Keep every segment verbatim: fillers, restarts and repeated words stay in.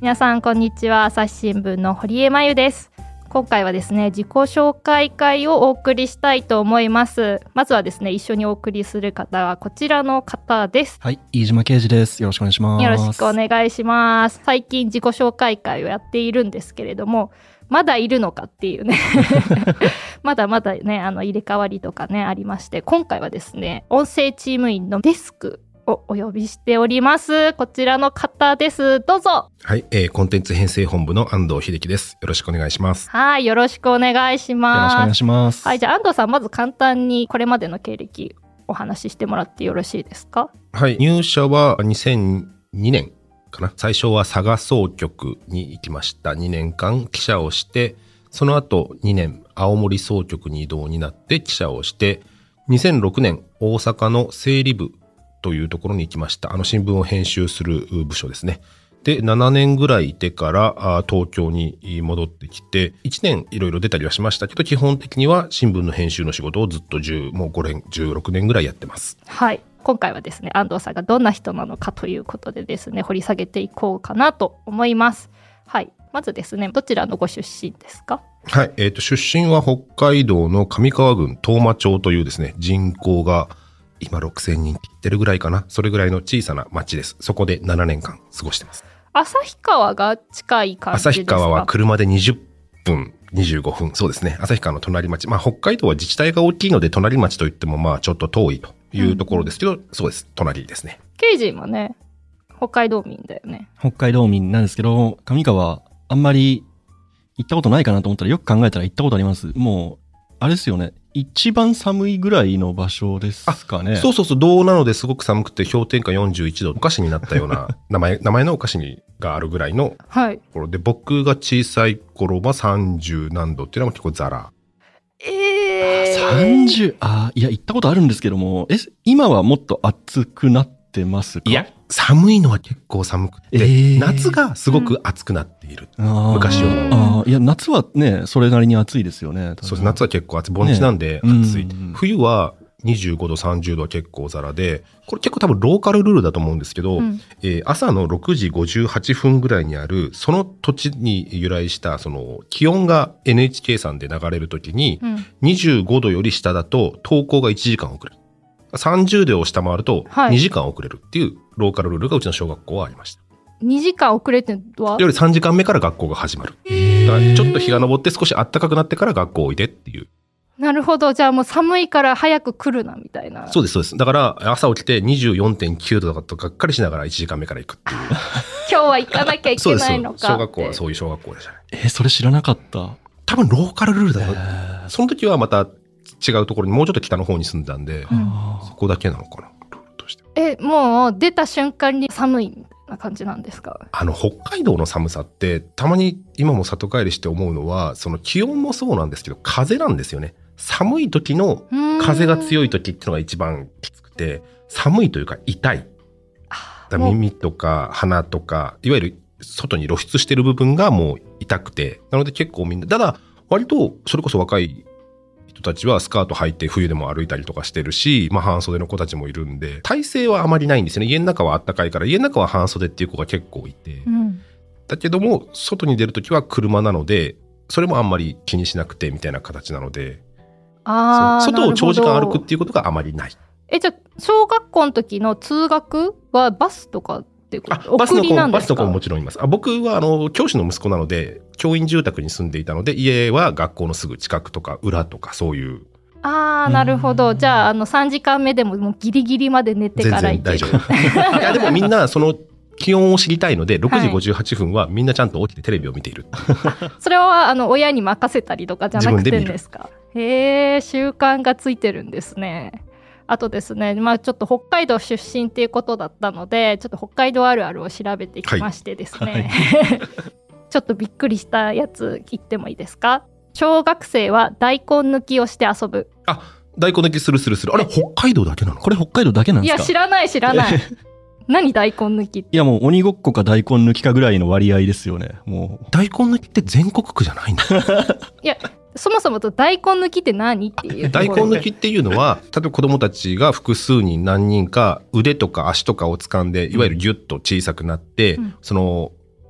皆さんこんにちは。朝日新聞の堀江真由です。今回はですね、自己紹介会をお送りしたいと思います。まずはですね、一緒にお送りする方はこちらの方です。 はい、飯島啓二です。よろしくお願いします。 よろしくお願いします。最近自己紹介会をやっているんですけれども、まだいるのかっていうねまだまだね、あの入れ替わりとかねありまして、今回はですね、音声チーム員のデスクをお呼びしております。こちらの方です。どうぞ。 はい、えー、コンテンツ編成本部の安藤秀樹です。よろしくお願いします。 はい、よろしくお願いします。 よろしくお願いします。 はい、じゃあ安藤さん、まず簡単にこれまでの経歴お話ししてもらってよろしいですか？ はい、入社はにせんにねんかな。最初は佐賀総局に行きました。にねんかん記者をして、その後にねん青森総局に異動になって記者をして、にせんろくねん大阪の整理部というところに行きました。あの新聞を編集する部署ですね。で、ななねんぐらいいてから東京に戻ってきて、いちねんいろいろ出たりはしましたけど、基本的には新聞の編集の仕事をずっとじゅう、もうごねん、じゅうろくねんぐらいやってます。 はい。今回はですね、安藤さんがどんな人なのかということでですね、掘り下げていこうかなと思います。はい。まずですね、どちらのご出身ですか？ はい。えっと、出身は北海道の上川郡当麻町というですね、人口が今ろくせんにん切ってるぐらいかな。それぐらいの小さな町です。そこでななねんかん過ごしてます。 旭川が近い感じですか？ 旭川は車でにじゅっぷん、にじゅうごふん。そうですね。旭川の隣町。まあ北海道は自治体が大きいので隣町といってもまあちょっと遠いというところですけど、うん、そうです。隣ですね。 ケイジもね、北海道民だよね。 北海道民なんですけど、上川あんまり行ったことないかなと思ったら、よく考えたら行ったことあります。もう、あれですよね。一番寒いぐらいの場所ですかね。 そうそうそう。道なのですごく寒くて氷点下よんじゅういちど、お菓子になったような名前、名前のお菓子があるぐらいのところで、はい、僕が小さい頃はさんじゅうなんどっていうのも結構ザラ。 えー、 さんじゅう、あ、いや、行ったことあるんですけども、え、今はもっと暑くなってますか？ いや、寒いのは結構寒くて、えー、夏がすごく暑くなっている。うん、昔よりも。 あ、いや、夏はね、それなりに暑いですよね。 そうです。夏は結構暑い。盆地なんで暑い。ね、うん、冬はにじゅうごど、さんじゅうどは結構ザラで、これ結構多分ローカルルールだと思うんですけど、うん、えー、朝のろくじごじゅうはっぷんぐらいにある、その土地に由来した、その気温が エヌエイチケー さんで流れるときに、うん、にじゅうごどより下だと投稿がいちじかん遅れる。さんじゅうどを下回るとにじかん遅れるっていうローカルルールがうちの小学校はありました。 にじかん遅れってのは？よりさんじかんめから学校が始まる。だからちょっと日が昇って少し暖かくなってから学校おいでっていう。 なるほど。じゃあもう寒いから早く来るなみたいな。 そうですそうです。だから朝起きて にじゅうよんてんきゅうどだとがっかりしながらいちじかんめから行くっていう。 今日は行かなきゃいけないのかって。 そうです。小学校はそういう小学校でしたね。 えー、それ知らなかった。 多分ローカルルールだよ。その時はまた違うところにもうちょっと北の方に住んだんで、うん、そこだけなのかなルールとして。 え、もう出た瞬間に寒いみたいな感じなんですか？ あの北海道の寒さってたまに今も里帰りして思うのは、その気温もそうなんですけど風なんですよね。寒い時の風が強い時っていうのが一番きつくて、寒いというか痛い。だ耳とか鼻とかいわゆる外に露出してる部分がもう痛くて、なので結構みんな、ただ割とそれこそ若い人たちはスカート履いて冬でも歩いたりとかしてるし、まあ半袖の子たちもいるんで、体勢はあまりないんですよね。家の中は暖かいから、家の中は半袖っていう子が結構いて、うん、だけども外に出るときは車なので、それもあんまり気にしなくてみたいな形なので、 あ、 外を長時間歩くっていうことがあまりない。 え、じゃあ小学校の時の通学はバスとかってこと？ あ、バスの子、 バスの子ももちろんいます。あ、僕はあの教師の息子なので教員住宅に住んでいたので、家は学校のすぐ近くとか裏とかそういう。 ああ、なるほど。じゃあ、あのさんじかんめでももうギリギリまで寝てから行ける。 全然大丈夫。いやでもみんなその気温を知りたいので、ろくじごじゅうはっぷんはみんなちゃんと起きてテレビを見ている。 それはあの親に任せたりとかじゃなくてですか？へえ、習慣がついてるんですね。あとですね、まあ、ちょっと北海道出身っていうことだったので、ちょっと北海道あるあるを調べてきましてですね、はい、ちょっとびっくりしたやつ言ってもいいですか？小学生は大根抜きをして遊ぶ。 あ、大根抜きするするする。あれ北海道だけなの？ これ北海道だけなんですか？ いや知らない知らない何大根抜きって。 いやもう鬼ごっこか大根抜きかぐらいの割合ですよね。もう大根抜きって全国区じゃないんだ。 いやそもそもと大根抜きって何っていう。 大根抜きっていうのは、例えば子供たちが複数人何人か腕とか足とかを掴んで、いわゆるギュッと小さくなって、うん、その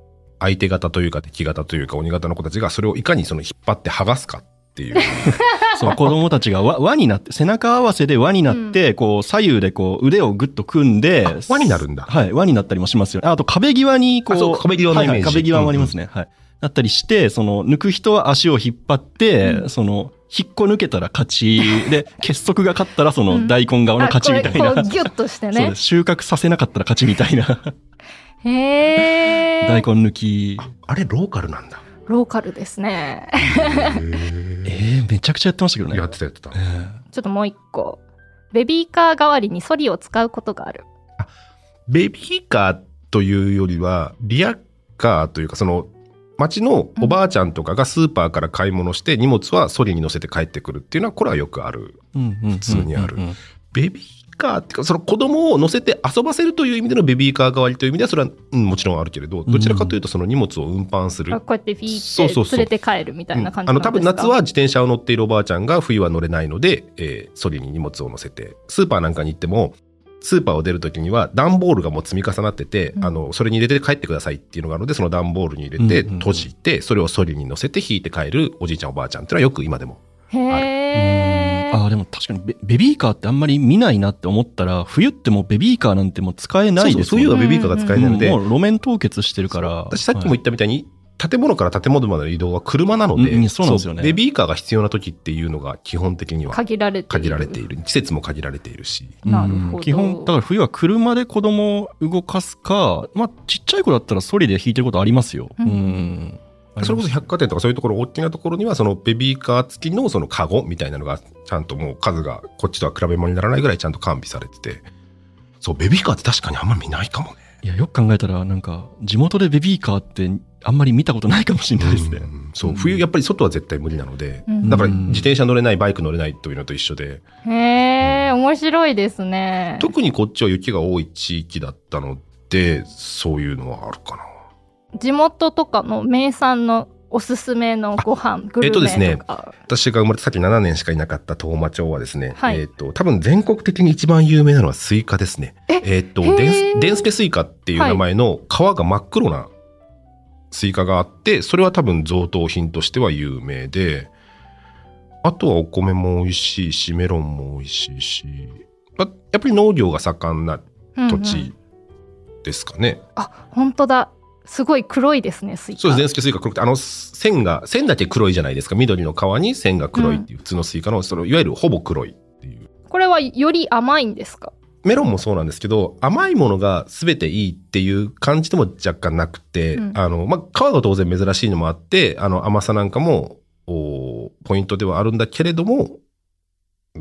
相手方というか敵方というか鬼方の子たちがそれをいかにその引っ張って剥がすかっていう。 そう子供たちが輪輪になって背中合わせで輪になって、うん、こう左右でこう腕をグッと組んで輪になるんだ。 はい、輪になったりもしますよね。あと壁際にこう、 そう壁際のイメージ、 はいはい、壁際もありますね。うんうん、はい。なったりしてその抜く人は足を引っ張って、うん、その引っこ抜けたら勝ちで結束が勝ったらその大根側の勝ちみたいな、 うん、こうギュッとしてね。 そうです。収穫させなかったら勝ちみたいな。 へー。 大根抜きあ, あれローカルなんだ。 ローカルですね。 えー、めちゃくちゃやってましたけどね。 やってたやってた、えー、ちょっともう一個ベビーカー代わりにソリを使うことがある。 あベビーカーというよりはリアカーというかその町のおばあちゃんとかがスーパーから買い物して荷物はソリに乗せて帰ってくるっていうのはこれはよくある、普通にある。ベビーカーっていうかその子供を乗せて遊ばせるという意味でのベビーカー代わりという意味ではそれは、うん、もちろんあるけれど、どちらかというとその荷物を運搬する、 うん、こうやってフィーって連れて帰るみたいな感じなんですか。 あの多分夏は自転車を乗っているおばあちゃんが冬は乗れないので、えー、ソリに荷物を乗せてスーパーなんかに行ってもスーパーを出るときには段ボールがもう積み重なってて、うん、あのそれに入れて帰ってくださいっていうのがあるのでその段ボールに入れて閉じて、うんうんうん、それをソリに乗せて引いて帰るおじいちゃんおばあちゃんっていうのはよく今でもある。 へー。 あでも確かに ベ, ベビーカーってあんまり見ないなって思ったら冬ってもうベビーカーなんてもう使えないですもんね。 そうそう冬はベビーカーが使えないので、 うんうん、もう路面凍結してるから。 私さっきも言ったみたいに、はい建物から建物までの移動は車なので、 うん、そうなんですよね。 ベビーカーが必要な時っていうのが基本的には限られている。 限られている。季節も限られているし。 なるほど。 基本だから冬は車で子供を動かすか、まあちっちゃい子だったらソリで引いてることありますよ。うん。うんそれこそ百貨店とかそういうところ大きなところにはそのベビーカー付きのそのカゴみたいなのがちゃんともう数がこっちとは比べ物にならないぐらいちゃんと完備されてて、そうベビーカーって確かにあんま見ないかもね。 いやよく考えたらなんか地元でベビーカーってあんまり見たことないかもしれないですね。 うん、そう、うん、冬やっぱり外は絶対無理なので、うん、だから自転車乗れないバイク乗れないというのと一緒で。 へー、うん、面白いですね。 特にこっちは雪が多い地域だったのでそういうのはあるかな。 地元とかの名産のおすすめのご飯グルメとか。えっとですね、 私が生まれてさっきななねんしかいなかった当麻町はですね、はい、えっと多分全国的に一番有名なのはスイカですね。ええっとデンデンスケスイカっていう名前の皮が真っ黒なスイカがあって、それは多分贈答品としては有名で、あとはお米も美味しいしメロンも美味しいし、やっぱり農業が盛んな土地ですかね。うんうん、 あ、本当だ。すごい黒いですね、スイカ。 そうですね、スイカ黒くて、あの線が線だけ黒いじゃないですか。緑の皮に線が黒いっていう、うん、普通のスイカのそのいわゆるほぼ黒いっていう。 これはより甘いんですか？ メロンもそうなんですけど、甘いものが全ていいっていう感じでも若干なくて、うん、あのまあ、皮が当然珍しいのもあって、あの甘さなんかもポイントではあるんだけれども、うん、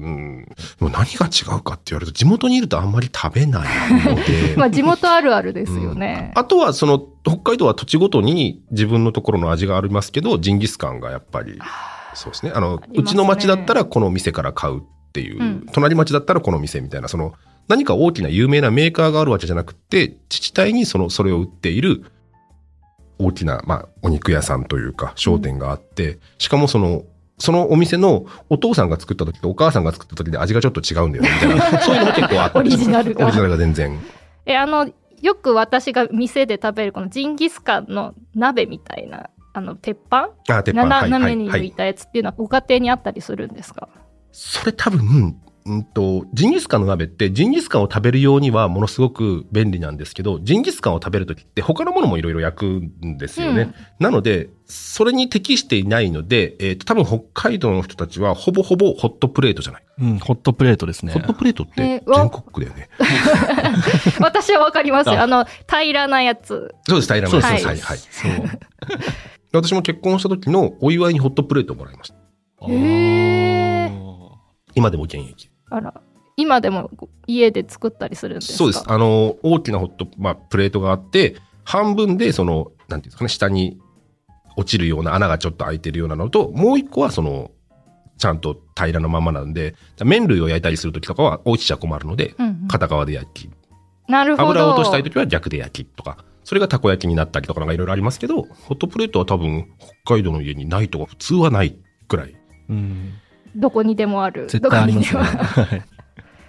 もう何が違うかって言われると地元にいるとあんまり食べないのでまあ地元あるあるですよね、 うん、あとはその北海道は土地ごとに自分のところの味がありますけど、ジンギスカンがやっぱりそうですね、あの、ね、うちの町だったらこの店から買うっていう、うん、隣町だったらこの店みたいな、その何か大きな有名なメーカーがあるわけじゃなくて、自治体にそのそれを売っている大きな、まあ、お肉屋さんというか商店があって、うん、しかもそのそのお店のお父さんが作った時とお母さんが作った時で味がちょっと違うんだよねみたいなそういうのも結構あってオリジナルがオリジナルが全然えあのよく私が店で食べるこのジンギスカンの鍋みたいなあの鉄板あ鉄板斜めに抜いたやつっていうのはご家庭にあったりするんですか？ それ多分うんとジンギスカンの鍋ってジンギスカンを食べるようにはものすごく便利なんですけど、ジンギスカンを食べるときって他のものもいろいろ焼くんですよね、うん、なのでそれに適していないので、えー、と多分北海道の人たちはほぼほぼホットプレートじゃない、 うん、ホットプレートですね。 ホットプレートって全国区だよね、えー、私はわかりますよ。あの平らなやつ。 そうです、平らなやつ、はいはいはい、そう私も結婚した時のお祝いにホットプレートをもらいました。 へー、 今でも現役。 あら、今でも家で作ったりするんですか？ そうです。あの大きなホット、まあ、プレートがあって半分でそのなんていうんですかね、下に落ちるような穴がちょっと開いてるようなのと、もう一個はそのちゃんと平らなままなんで、麺類を焼いたりする時とかは落ちちゃ困るので、うんうん、片側で焼き、 なるほど、 油を落としたい時は逆で焼きとか、それがたこ焼きになったりとかなんかいろいろありますけど、ホットプレートは多分北海道の家にないとか普通はないくらい、 うん、 どこにでもある。 絶対ありますね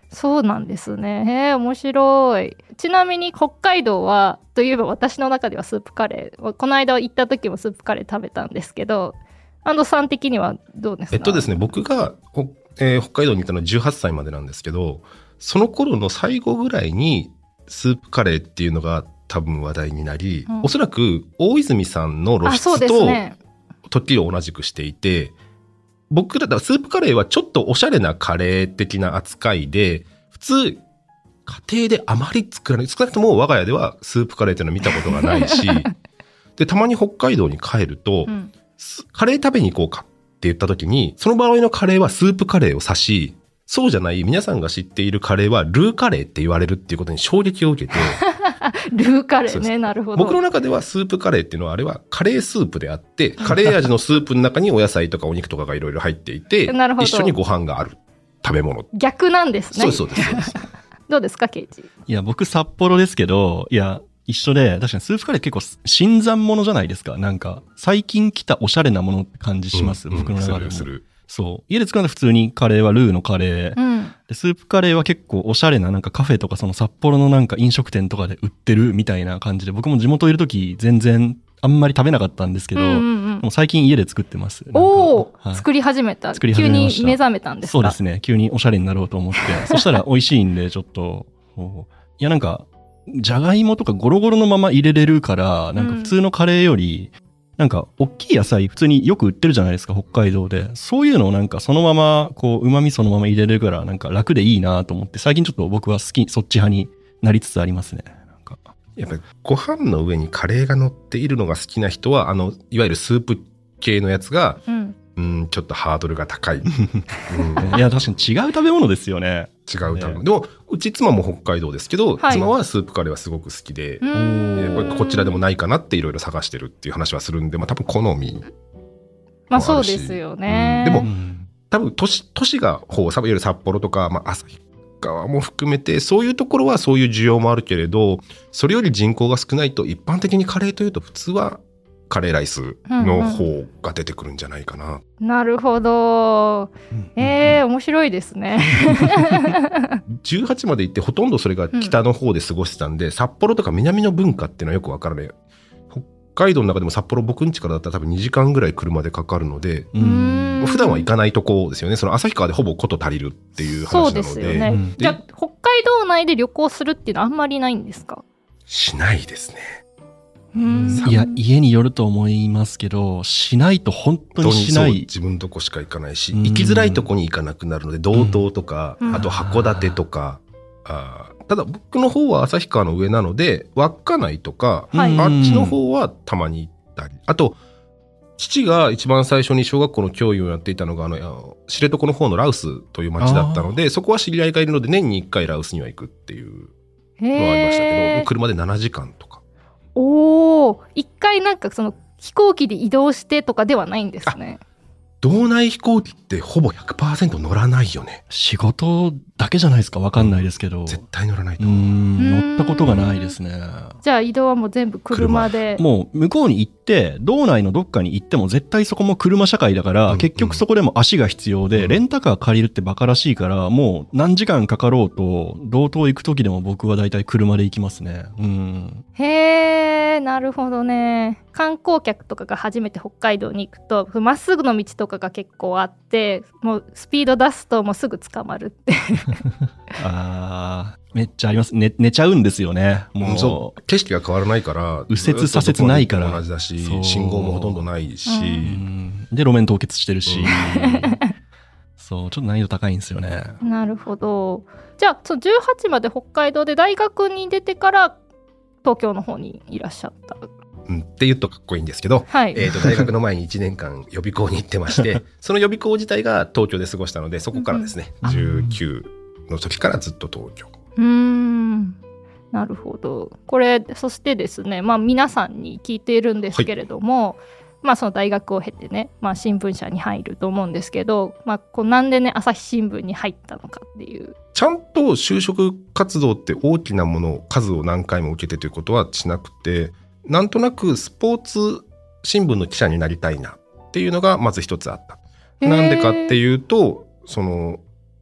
そうなんですね。へえ、面白い。ちなみに北海道はといえば私の中ではスープカレー、この間行った時もスープカレー食べたんですけど、安藤さん的にはどうですか？ えっとですね、僕が、えー、北海道にいたのはじゅうはっさいまでなんですけど、その頃の最後ぐらいにスープカレーっていうのが多分話題になり、うん、おそらく大泉さんの露出と時を同じくしていて、僕らだスープカレーはちょっとおしゃれなカレー的な扱いで、普通家庭であまり作らない、少なくとも我が家ではスープカレーっていうのは見たことがないしでたまに北海道に帰ると、うん、カレー食べに行こうかって言った時に、その場合のカレーはスープカレーを指し、そうじゃない皆さんが知っているカレーはルーカレーって言われるっていうことに衝撃を受けてルーカレーね、なるほど。 僕の中ではスープカレーっていうのはあれはカレースープであって、カレー味のスープの中にお野菜とかお肉とかがいろいろ入っていて一緒にご飯がある食べ物。 逆なんですね。 そうですそうです。 どうですかケイチ？ いや僕札幌ですけど、いや一緒で、確かにスープカレー結構新参者じゃないですか。なんか最近来たおしゃれなものって感じします、うん、僕の中でも。するする。そう家で作るのは普通にカレーはルーのカレー、うん、でスープカレーは結構おしゃれななんかカフェとかその札幌のなんか飲食店とかで売ってるみたいな感じで、僕も地元いる時全然あんまり食べなかったんですけど、うんうんうん、もう最近家で作ってます。 おお、はい、作り始めた。作り始めました。急に目覚めたんですか？ そうですね、急におしゃれになろうと思ってそしたら美味しいんでちょっといやなんかじゃがいもとかゴロゴロのまま入れれるから、なんか普通のカレーより、うん、なんか大きい野菜普通によく売ってるじゃないですか北海道で。そういうのをなんかそのままこう旨味そのまま入れれるからなんか楽でいいなと思って、最近ちょっと僕は好きそっち派になりつつありますね。なんかやっぱりご飯の上にカレーが乗っているのが好きな人はあのいわゆるスープ系のやつが、うんうん、ちょっとハードルが高い、うん、 いや確かに違う食べ物ですよね。 違う食べ物、ね、でもうち妻も北海道ですけど、はい、妻はスープカレーはすごく好きで、こ, こちらでもないかなっていろいろ探してるっていう話はするんで、まあ、多分好みまあそうですよね、 うん、でも多分都 市, 都市が方いわゆる札幌とか、まあ、旭川も含めてそういうところはそういう需要もあるけれど、それより人口が少ないと一般的にカレーというと普通はカレーライスの方が出てくるんじゃないかな、うんうん、なるほど、えー、面白いですねじゅうはちまで行ってほとんどそれが北の方で過ごしてたんで、うん、札幌とか南の文化っていうのはよくわからない。北海道の中でも札幌僕ん家からだったら多分にじかんぐらい車でかかるので、うーん普段は行かないとこですよね。その旭川でほぼこと足りるっていう話なので。 そうですよね、うん、じゃあ北海道内で旅行するっていうのはあんまりないんですか？ しないですね。 いや家によると思いますけど、しないと本当にしない。 自分のとこしか行かないし、行きづらいとこに行かなくなるので、道東とか、あと函館とか、あただ僕の方は旭川の上なので稚内とか、はい、あっちの方はたまに行ったり、あと父が一番最初に小学校の教員をやっていたのがあの知床の方の羅臼という町だったので、そこは知り合いがいるので年にいっかい羅臼には行くっていうのはありましたけど、車でななじかんとか。 おー、一回なんかその飛行機で移動してとかではないんですね。 道内飛行機ってほぼ ひゃくパーセント 乗らないよね。 仕事だけじゃないですか、わかんないですけど、 絶対乗らないと思う。うーん乗ったことがないですね。 じゃあ移動はもう全部車で。 もう向こうに行って道内のどっかに行っても絶対そこも車社会だから、うん、結局そこでも足が必要で、うん、レンタカー借りるってバカらしいから、もう何時間かかろうと道東行く時でも僕はだいたい車で行きますね。うん、 へー、なるほどね。観光客とかが初めて北海道に行くとまっすぐの道とかが結構あって、もうスピード出すともうすぐ捕まるってあーめっちゃあります。 寝, 寝ちゃうんですよね。もうそう景色が変わらないから、 右折左折ないから同じだし、信号もほとんどないし、うん、 で路面凍結してるしそうちょっと難易度高いんですよね。 なるほど。じゃあそのじゅうはちまで北海道で大学に出てから東京の方にいらっしゃったうん、って言うとかっこいいんですけど、はいえー、と大学の前にいちねんかん予備校に行ってましてその予備校自体が東京で過ごしたので、そこからですね、うん、じゅうきゅうの時からずっと東京。 うーんなるほど。これそしてですね、まあ、皆さんに聞いているんですけれども、はいまあ、その大学を経てね、まあ、新聞社に入ると思うんですけど、まあ、こうなんでね朝日新聞に入ったのかっていう。 ちゃんと就職活動って大きなもの数を何回も受けてということはしなくて、なんとなくスポーツ新聞の記者になりたいなっていうのがまず一つあった。なんでかっていうと、その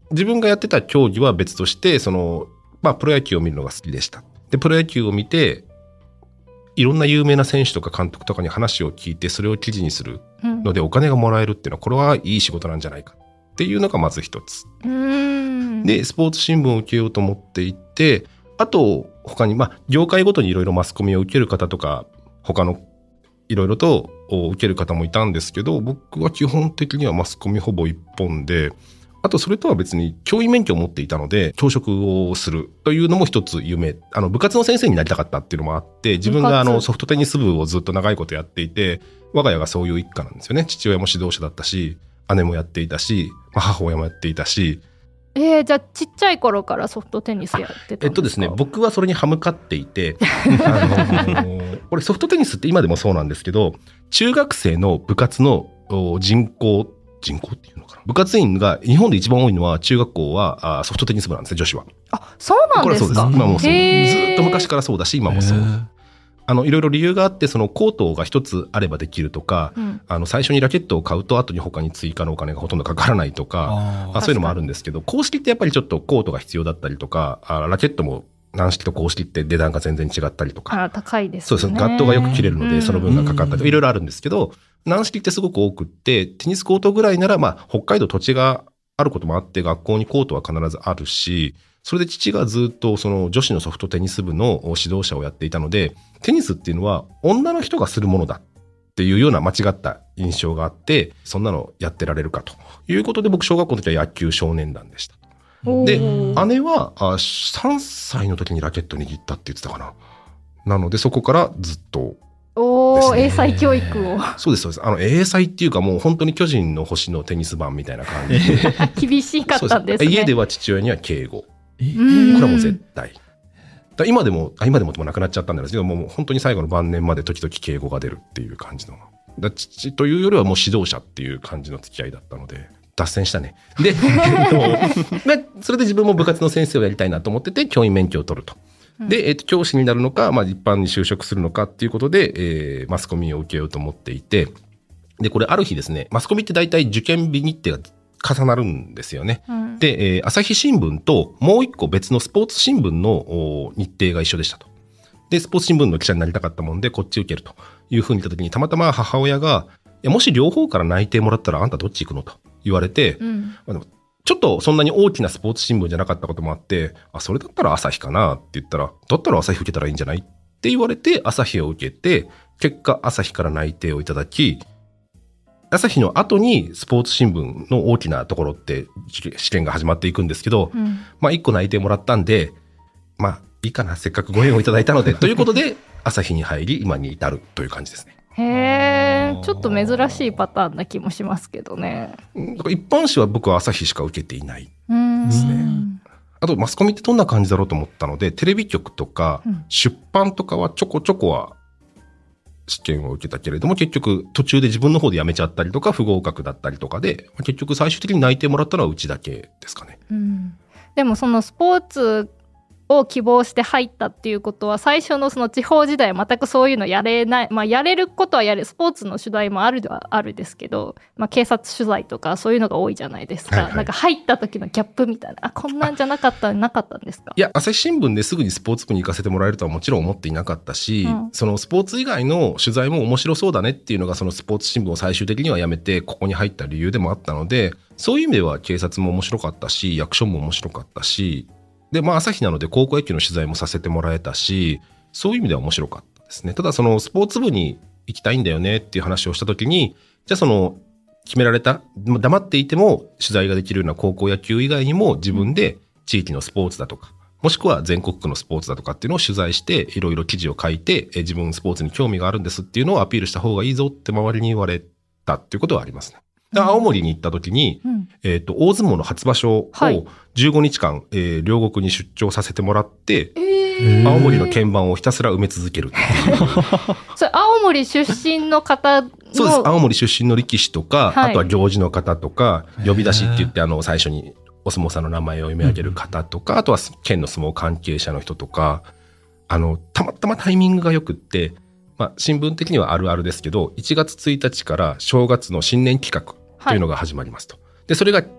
自分がやってた競技は別として、その、まあ、プロ野球を見るのが好きでした。で、プロ野球を見て、いろんな有名な選手とか監督とかに話を聞いて、それを記事にするのでお金がもらえるっていうのは、これはいい仕事なんじゃないかっていうのがまず一つ。 うーんで、スポーツ新聞を受けようと思っていて、あと、他に、まあ、業界ごとにいろいろマスコミを受ける方とか、他のいろいろと受ける方もいたんですけど、僕は基本的にはマスコミほぼ一本で、あとそれとは別に教員免許を持っていたので、教職をするというのも一つ夢。あの部活の先生になりたかったっていうのもあって、自分があのソフトテニス部をずっと長いことやっていて、我が家がそういう一家なんですよね。父親も指導者だったし、姉もやっていたし、まあ、母親もやっていたし。 えー、じゃあちっちゃい頃からソフトテニスやってたんですか？ えっとですね、僕はそれに歯向かっていて、あのー、これソフトテニスって今でもそうなんですけど、中学生の部活の人口、人口っていうのかな、部活員が日本で一番多いのは中学校はソフトテニス部なんですね、女子は。 あ、そうなんですか。 これはそうです。今もそう。ずっと昔からそうだし、今もそう。あのいろいろ理由があって、そのコートが一つあればできるとか、うん、あの最初にラケットを買うと後に他に追加のお金がほとんどかからないとか、ああそういうのもあるんですけど、公式ってやっぱりちょっとコートが必要だったりとか、あラケットも軟式と公式って値段が全然違ったりとか、 あ高いですね。 そうです。ガットがよく切れるので、その分がかかったりとかいろいろあるんですけど、軟式ってすごく多くって、テニスコートぐらいなら、まあ北海道土地があることもあって学校にコートは必ずあるし、それで父がずっとその女子のソフトテニス部の指導者をやっていたので、テニスっていうのは女の人がするものだっていうような間違った印象があって、そんなのやってられるかということで、僕小学校の時は野球少年団でした。で、姉はさんさいの時にラケット握ったって言ってたかな。なのでそこからずっとおー、英才教育を。 そうですそうです。あの英才っていうか、もう本当に巨人の星のテニス版みたいな感じで厳しかったんですね。 家では父親には敬語、これはもう絶対。だ今でも今でもなくなっちゃったんですけど、もう本当に最後の晩年まで時々敬語が出るっていう感じの。だ父というよりはもう指導者っていう感じの付き合いだったので。脱線したね。で、えっと、それで自分も部活の先生をやりたいなと思ってて、教員免許を取ると。で、えっと、教師になるのか、まあ、一般に就職するのかっていうことで、えー、マスコミを受けようと思っていて、で、これある日ですね、マスコミって大体受験日日程が重なるんですよね。うん、で、えー、朝日新聞ともう一個別のスポーツ新聞の日程が一緒でしたと。で、スポーツ新聞の記者になりたかったもんで、こっち受けるというふうに言った時に、たまたま母親が、いやもし両方から内定もらったらあんたどっち行くのと言われて、うん、まあ、ちょっとそんなに大きなスポーツ新聞じゃなかったこともあって、あ、それだったら朝日かなって言ったら、だったら朝日受けたらいいんじゃないって言われて、朝日を受けて、結果朝日から内定をいただき、朝日の後にスポーツ新聞の大きなところって試験が始まっていくんですけど、うん、まあ一個内定もらったんで、まあいいかな、せっかくご縁をいただいたので、ということで朝日に入り、今に至るという感じですね。 へー、ちょっと珍しいパターンな気もしますけどね。 一般紙は僕は朝日しか受けていないですね。あとマスコミってどんな感じだろうと思ったので、テレビ局とか出版とかはちょこちょこは試験を受けたけれども、結局途中で自分の方で辞めちゃったりとか不合格だったりとかで、結局最終的に内定もらったのはうちだけですかね。 うん、でもそのスポーツを希望して入ったっていうことは、最初のその地方時代は全くそういうのやれない、まあやれることはやれる、スポーツの取材もあるではあるですけど、まあ警察取材とかそういうのが多いじゃないですか。はいはい、なんか入った時のギャップみたいな、あ、こんなんじゃなかったなかったんですか？ いや、朝日新聞ですぐにスポーツ部に行かせてもらえるとはもちろん思っていなかったし、うん、そのスポーツ以外の取材も面白そうだねっていうのが、そのスポーツ新聞を最終的にはやめてここに入った理由でもあったので、そういう意味では警察も面白かったし、役所も面白かったし、で、まあ朝日なので高校野球の取材もさせてもらえたし、そういう意味では面白かったですね。ただそのスポーツ部に行きたいんだよねっていう話をしたときに、じゃあその決められた、黙っていても取材ができるような高校野球以外にも自分で地域のスポーツだとか、もしくは全国区のスポーツだとかっていうのを取材していろいろ記事を書いて、自分スポーツに興味があるんですっていうのをアピールした方がいいぞって周りに言われたっていうことはありますね。青森に行った時に、うん、えっと、大相撲の初場所をじゅうごにちかん、はい、えー、両国に出張させてもらって、えー、青森の鍵盤をひたすら埋め続けるっていうそれ青森出身の方のそうです。青森出身の力士とか、はい、あとは行司の方とか、呼び出しって言って、あの、最初にお相撲さんの名前を読み上げる方とか、うん、あとは県の相撲関係者の人とか、あの、たまたまタイミングが良くって、まあ、新聞的にはあるあるですけど、いちがつついたちから正月の新年企画というのが始まりますと。はい、で、それが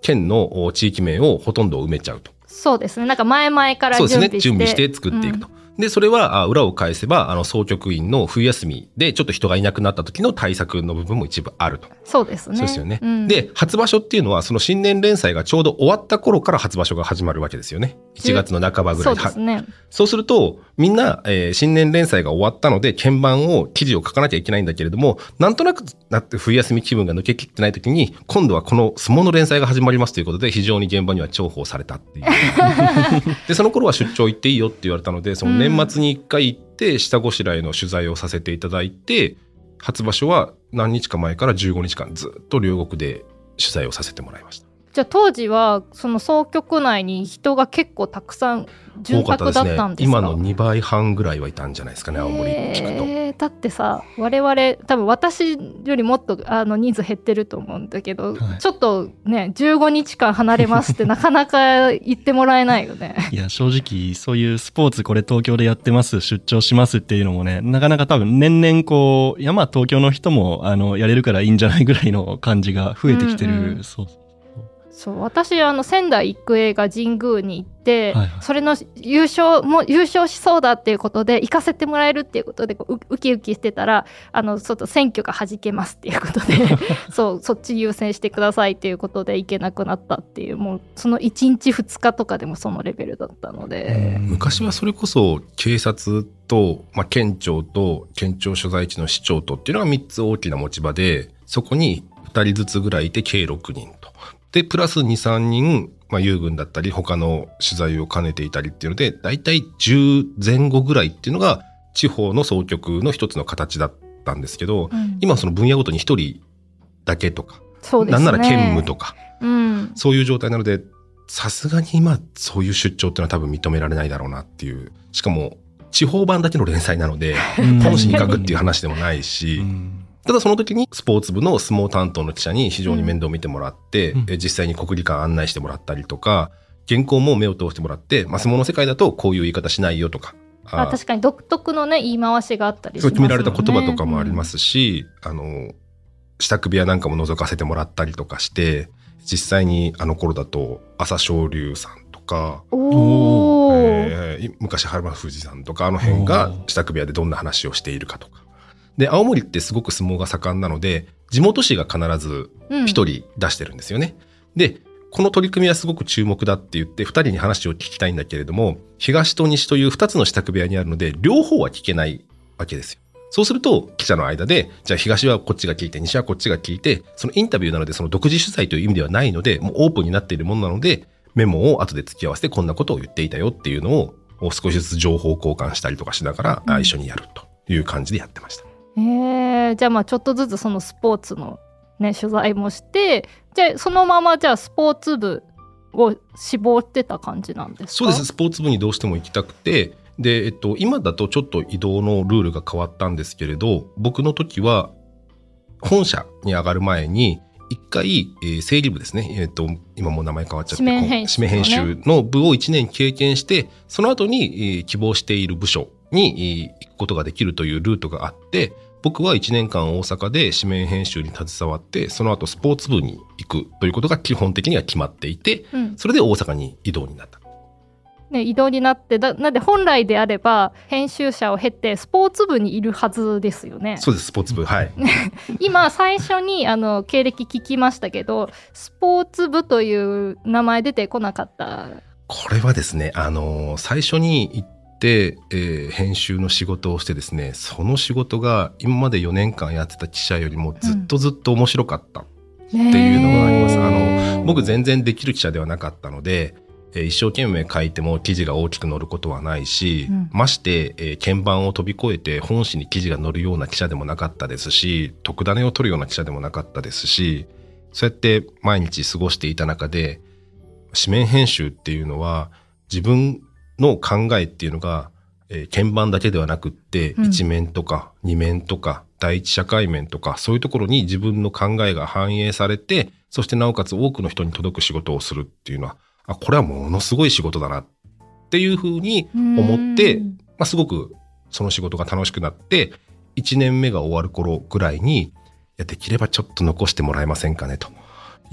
県の地域名をほとんど埋めちゃうと。 そうですね。なんか前々から準備して。そうですね。 準備して作っていくと。うん、で、それは裏を返せば、あの、総局員の冬休みでちょっと人がいなくなった時の対策の部分も一部あると。 そうですね。 そうですよね。うん、で、初場所っていうのは、その新年連載がちょうど終わった頃から初場所が始まるわけですよね。いちがつの半ばぐらい。 そうですね。 そうすると、みんな、えー、新年連載が終わったので、鍵盤を、記事を書かなきゃいけないんだけれども、なんとなくなって冬休み気分が抜けきってない時に、今度はこの相撲の連載が始まりますということで、非常に現場には重宝されたっていう。で、その頃は出張行っていいよって言われたので、その年末に一回行って、下ごしらえの取材をさせていただいて、初場所は何日か前からじゅうごにちかんずっと両国で取材をさせてもらいました。 じゃあ当時はその総局内に人が結構たくさん潤沢だったんですか？ ね、今のにばいはんぐらいはいたんじゃないですかね、青森聞くと。 えー、だってさ、我々多分私よりもっとあの人数減ってると思うんだけど、はい、ちょっとねじゅうごにちかん離れますってなかなか言ってもらえないよね。 いや正直そういうスポーツこれ東京でやってます出張しますっていうのもね、なかなか多分年々こういやまあ東京の人もあのやれるからいいんじゃないぐらいの感じが増えてきてる、うんうん、そうそう私あの仙台育英が神宮に行って、はいはい、それの優勝も優勝しそうだっていうことで行かせてもらえるっていうことでこうウキウキしてたらあのちょっと選挙が弾けますっていうことでそうそっち優先してくださいっていうことで行けなくなったっていう、もうそのいちにちふつかとかでもそのレベルだったので、 昔はそれこそ警察と、まあ、県庁と県庁所在地の市長とっていうのがみっつ大きな持ち場で、そこにふたりずつぐらいいて計ろくにんと。で、プラスに、さんにん、まあ、友軍だったり、他の取材を兼ねていたりっていうので、だいたいじゅうぜん後ぐらいっていうのが、地方の総局の一つの形だったんですけど、うん、今その分野ごとにひとりだけとか、 そうですね、 なんなら兼務とか、 うん、 そういう状態なので、さすがに今、そういう出張っていうのは多分認められないだろうなっていう。しかも、地方版だけの連載なので、本誌に書くっていう話でもないし、うんただその時にスポーツ部の相撲担当の記者に非常に面倒を見てもらって、うん、実際に国技館案内してもらったりとか、原稿も目を通してもらって、まあ、相撲の世界だとこういう言い方しないよとか。 あ確かに独特のね、言い回しがあったりしますもんね。そう決められた言葉とかもありますし、うん、あの、支度部屋なんかも覗かせてもらったりとかして、実際にあの頃だと朝青龍さんとか、 おー、 えー、昔原富士さんとかあの辺が支度部屋でどんな話をしているかとか。で、青森ってすごく相撲が盛んなので、地元紙が必ず一人出してるんですよね。うん、で、この取り組みはすごく注目だって言って、二人に話を聞きたいんだけれども、東と西という二つの支度部屋にあるので、両方は聞けないわけですよ。そうすると、記者の間で、じゃあ東はこっちが聞いて、西はこっちが聞いて、そのインタビューなので、その独自取材という意味ではないので、もうオープンになっているものなので、メモを後で付き合わせてこんなことを言っていたよっていうのを、少しずつ情報交換したりとかしながら、うん、一緒にやるという感じでやってました。 えー、じゃあまあちょっとずつそのスポーツの、ね、取材もしてじゃあそのままじゃあスポーツ部を絞ってた感じなんですか？ そうです。スポーツ部にどうしても行きたくてで、えっと、今だとちょっと移動のルールが変わったんですけれど僕の時は本社に上がる前に一回、えー、整理部ですね、えー、と今もう名前変わっちゃって紙面編集、 紙面編集の部をいちねん経験してその後に、えー、希望している部署に行くことができるというルートがあって僕はいちねんかん大阪で紙面編集に携わってその後スポーツ部に行くということが基本的には決まっていて、うん、それで大阪に移動になった、 ね、移動になってだなんで本来であれば編集者を経てスポーツ部にいるはずですよね。 そうですスポーツ部はい今最初にあの経歴聞きましたけどスポーツ部という名前出てこなかった。 これはですねあの最初に行ってで、えー、編集の仕事をしてですねその仕事が今までよねんかんやってた記者よりもずっとずっと面白かったっていうのがあります、うん、あの僕全然できる記者ではなかったので、えー、一生懸命書いても記事が大きく載ることはないし、うん、まして、えー、鍵盤を飛び越えて本誌に記事が載るような記者でもなかったですし特ダネを取るような記者でもなかったですしそうやって毎日過ごしていた中で紙面編集っていうのは自分の考えっていうのが、えー、鍵盤だけではなくって一面とか二面とか第一社会面とかそういうところに自分の考えが反映されてそしてなおかつ多くの人に届く仕事をするっていうのはあこれはものすごい仕事だなっていうふうに思って、まあ、すごくその仕事が楽しくなっていちねんめが終わる頃ぐらいにいやできればちょっと残してもらえませんかねと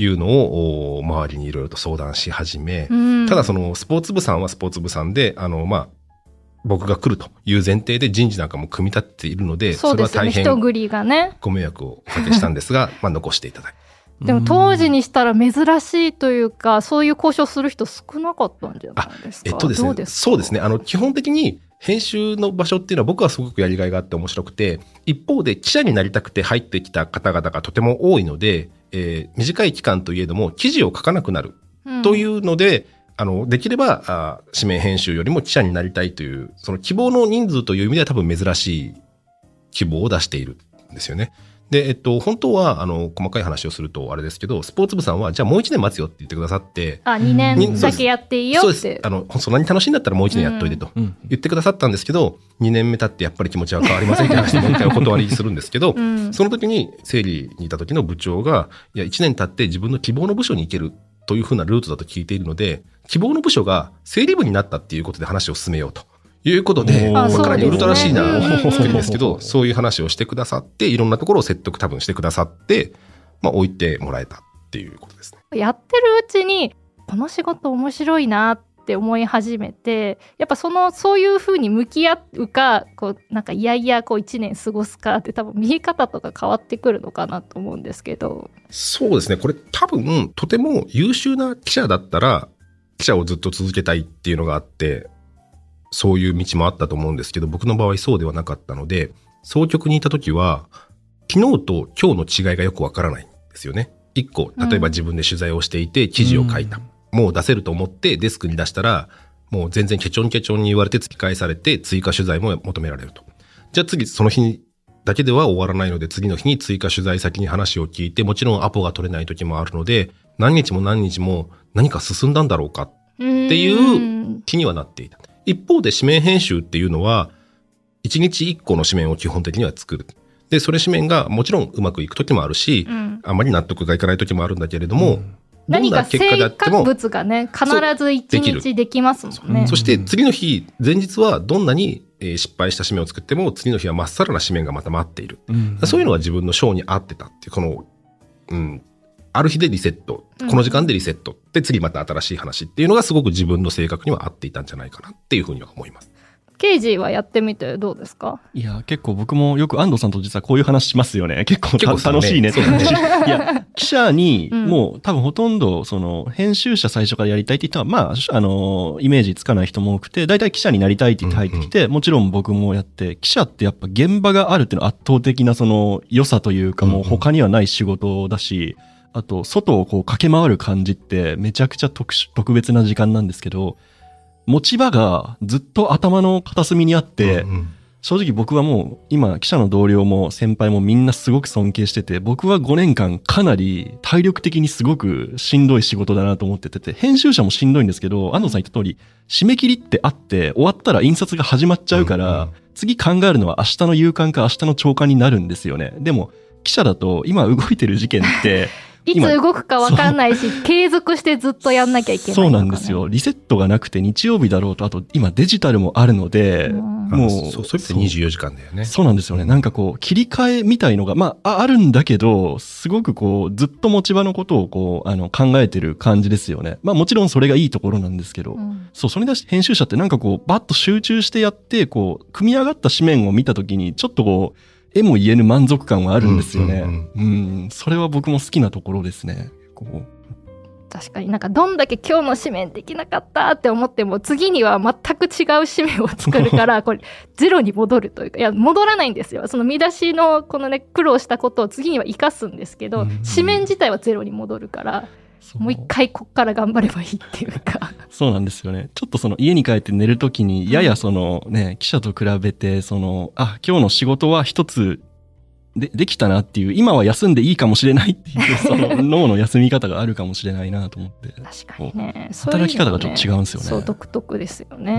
いうのを周りにいろいろと相談し始め、うん、ただそのスポーツ部さんはスポーツ部さんであのまあ僕が来るという前提で人事なんかも組み立てているので、 そうですよね、 それは大変人繰りがねご迷惑をおかけしたんですがまあ残していただいて。 でも当時にしたら珍しいというか、そういう交渉する人少なかったんじゃないですか。 えっとですね、 どうですか？ そうですね。あの基本的に編集の場所っていうのは僕はすごくやりがいがあって面白くて、一方で記者になりたくて入ってきた方々がとても多いので、えー、短い期間といえども記事を書かなくなるというので、うん、あのできればあ紙面編集よりも記者になりたいというその希望の人数という意味では多分珍しい希望を出しているんですよね。で、えっと、本当は、あの、細かい話をするとあれですけど、スポーツ部さんは、じゃあもう一年待つよって言ってくださって。 あ、にねんだけやっていいよって。 そうです。あの、そんなに楽しいんだったらもう一年やっといてと言ってくださったんですけど、うん、にねんめ経ってやっぱり気持ちは変わりませんって話でもう一回お断りするんですけど、うん、その時に整理にいた時の部長が、いや、いちねん経って自分の希望の部署に行けるというふうなルートだと聞いているので、希望の部署が整理部になったっていうことで話を進めようと。いうことで、かなりウルトラシーな作りですけど、そういう話をしてくださって、いろんなところを説得多分してくださって、まあ置いてもらえたっていうことですね。 やってるうちに、この仕事面白いなって思い始めて、やっぱその、そういうふうに向き合うか、こう、なんかいやいや、こう一年過ごすかって多分見え方とか変わってくるのかなと思うんですけど。 そうですね。これ多分、とても優秀な記者だったら、記者をずっと続けたいっていうのがあって、そういう道もあったと思うんですけど、僕の場合そうではなかったので、総局にいた時は、昨日と今日の違いがよくわからないんですよね。一個、例えば自分で取材をしていて記事を書いた。うん、もう出せると思ってデスクに出したら、もう全然ケチョンケチョンに言われて突き返されて追加取材も求められると。じゃあ次、その日だけでは終わらないので、次の日に追加取材先に話を聞いて、もちろんアポが取れない時もあるので、何日も何日も何か進んだんだろうかっていう気にはなっていた。一方で紙面編集っていうのは、一日一個の紙面を基本的には作る。で、それ紙面がもちろんうまくいく時もあるし、うん、あんまり納得がいかない時もあるんだけれども、うん、どんな結果であっても何か成果物がね、必ず一日できますもんね。 そして次の日、前日はどんなに失敗した紙面を作っても、次の日はまっさらな紙面がまた待っている。うん、そういうのは自分の性に合ってたっていう、この、うん、ある日でリセット、この時間でリセット、うん、で次また新しい話っていうのがすごく自分の性格には合っていたんじゃないかなっていうふうには思います。 ケイジはやってみてどうですか？ いや結構僕もよく安藤さんと実はこういう話しますよね。結構結構楽しいねって話。いや記者にもう多分ほとんどその編集者最初からやりたいって言ったらまああのイメージつかない人も多くて、大体記者になりたいって言って入ってきて、うんうん、もちろん僕もやって、記者ってやっぱ現場があるっていうのは圧倒的なその良さというか、もう他にはない仕事だし、あと外をこう駆け回る感じってめちゃくちゃ 特, 特別な時間なんですけど、持ち場がずっと頭の片隅にあって、うんうん、正直僕はもう今記者の同僚も先輩もみんなすごく尊敬してて、僕はごねんかんかなり体力的にすごくしんどい仕事だなと思ってて、編集者もしんどいんですけど、安藤さん言った通り締め切りってあって終わったら印刷が始まっちゃうから、うんうん、次考えるのは明日の夕刊か明日の朝刊になるんですよね。でも記者だと今動いてる事件っていつ動くか分かんないし、継続してずっとやんなきゃいけない、ね。 そうなんですよ。リセットがなくて日曜日だろうと、あと今デジタルもあるので、うん、もう、 そう、そういうってにじゅうよじかんだよね。 そうなんですよね。なんかこう、切り替えみたいのが、まあ、あるんだけど、すごくこう、ずっと持ち場のことをこう、あの、考えてる感じですよね。まあもちろんそれがいいところなんですけど、うん、そう、それだし編集者ってなんかこう、バッと集中してやって、こう、組み上がった紙面を見たときに、ちょっとこう、絵も言えぬ満足感はあるんですよね。うん、うんうん、それは僕も好きなところですね。 確かになんかどんだけ今日の紙面できなかったって思っても次には全く違う紙面を作るからこれゼロに戻るというか、いや戻らないんですよ。その見出しのこのね苦労したことを次には生かすんですけど、うんうん、紙面自体はゼロに戻るからもう一回こっから頑張ればいいっていうかそうなんですよね。ちょっとその家に帰って寝るときにややそのね記者と比べてそのあ今日の仕事は一つで, できたなっていう、今は休んでいいかもしれないっていうその脳の休み方があるかもしれないなと思って確かにね、 働き方がちょっと違うんですよね。 そう独特ですよね、うん、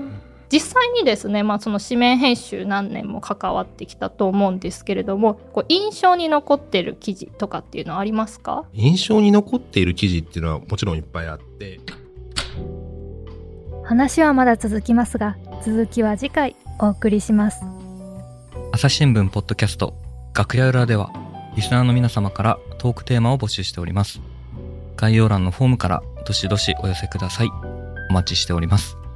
実際にですね、まあ、その紙面編集何年も関わってきたと思うんですけれども、こう印象に残ってる記事とかっていうのはありますか？ 印象に残っている記事っていうのはもちろんいっぱいあって、 話はまだ続きますが、続きは次回お送りします。 朝日新聞ポッドキャスト楽屋裏ではリスナーの皆様からトークテーマを募集しております。 概要欄のフォームからどしどしお寄せください。お待ちしております。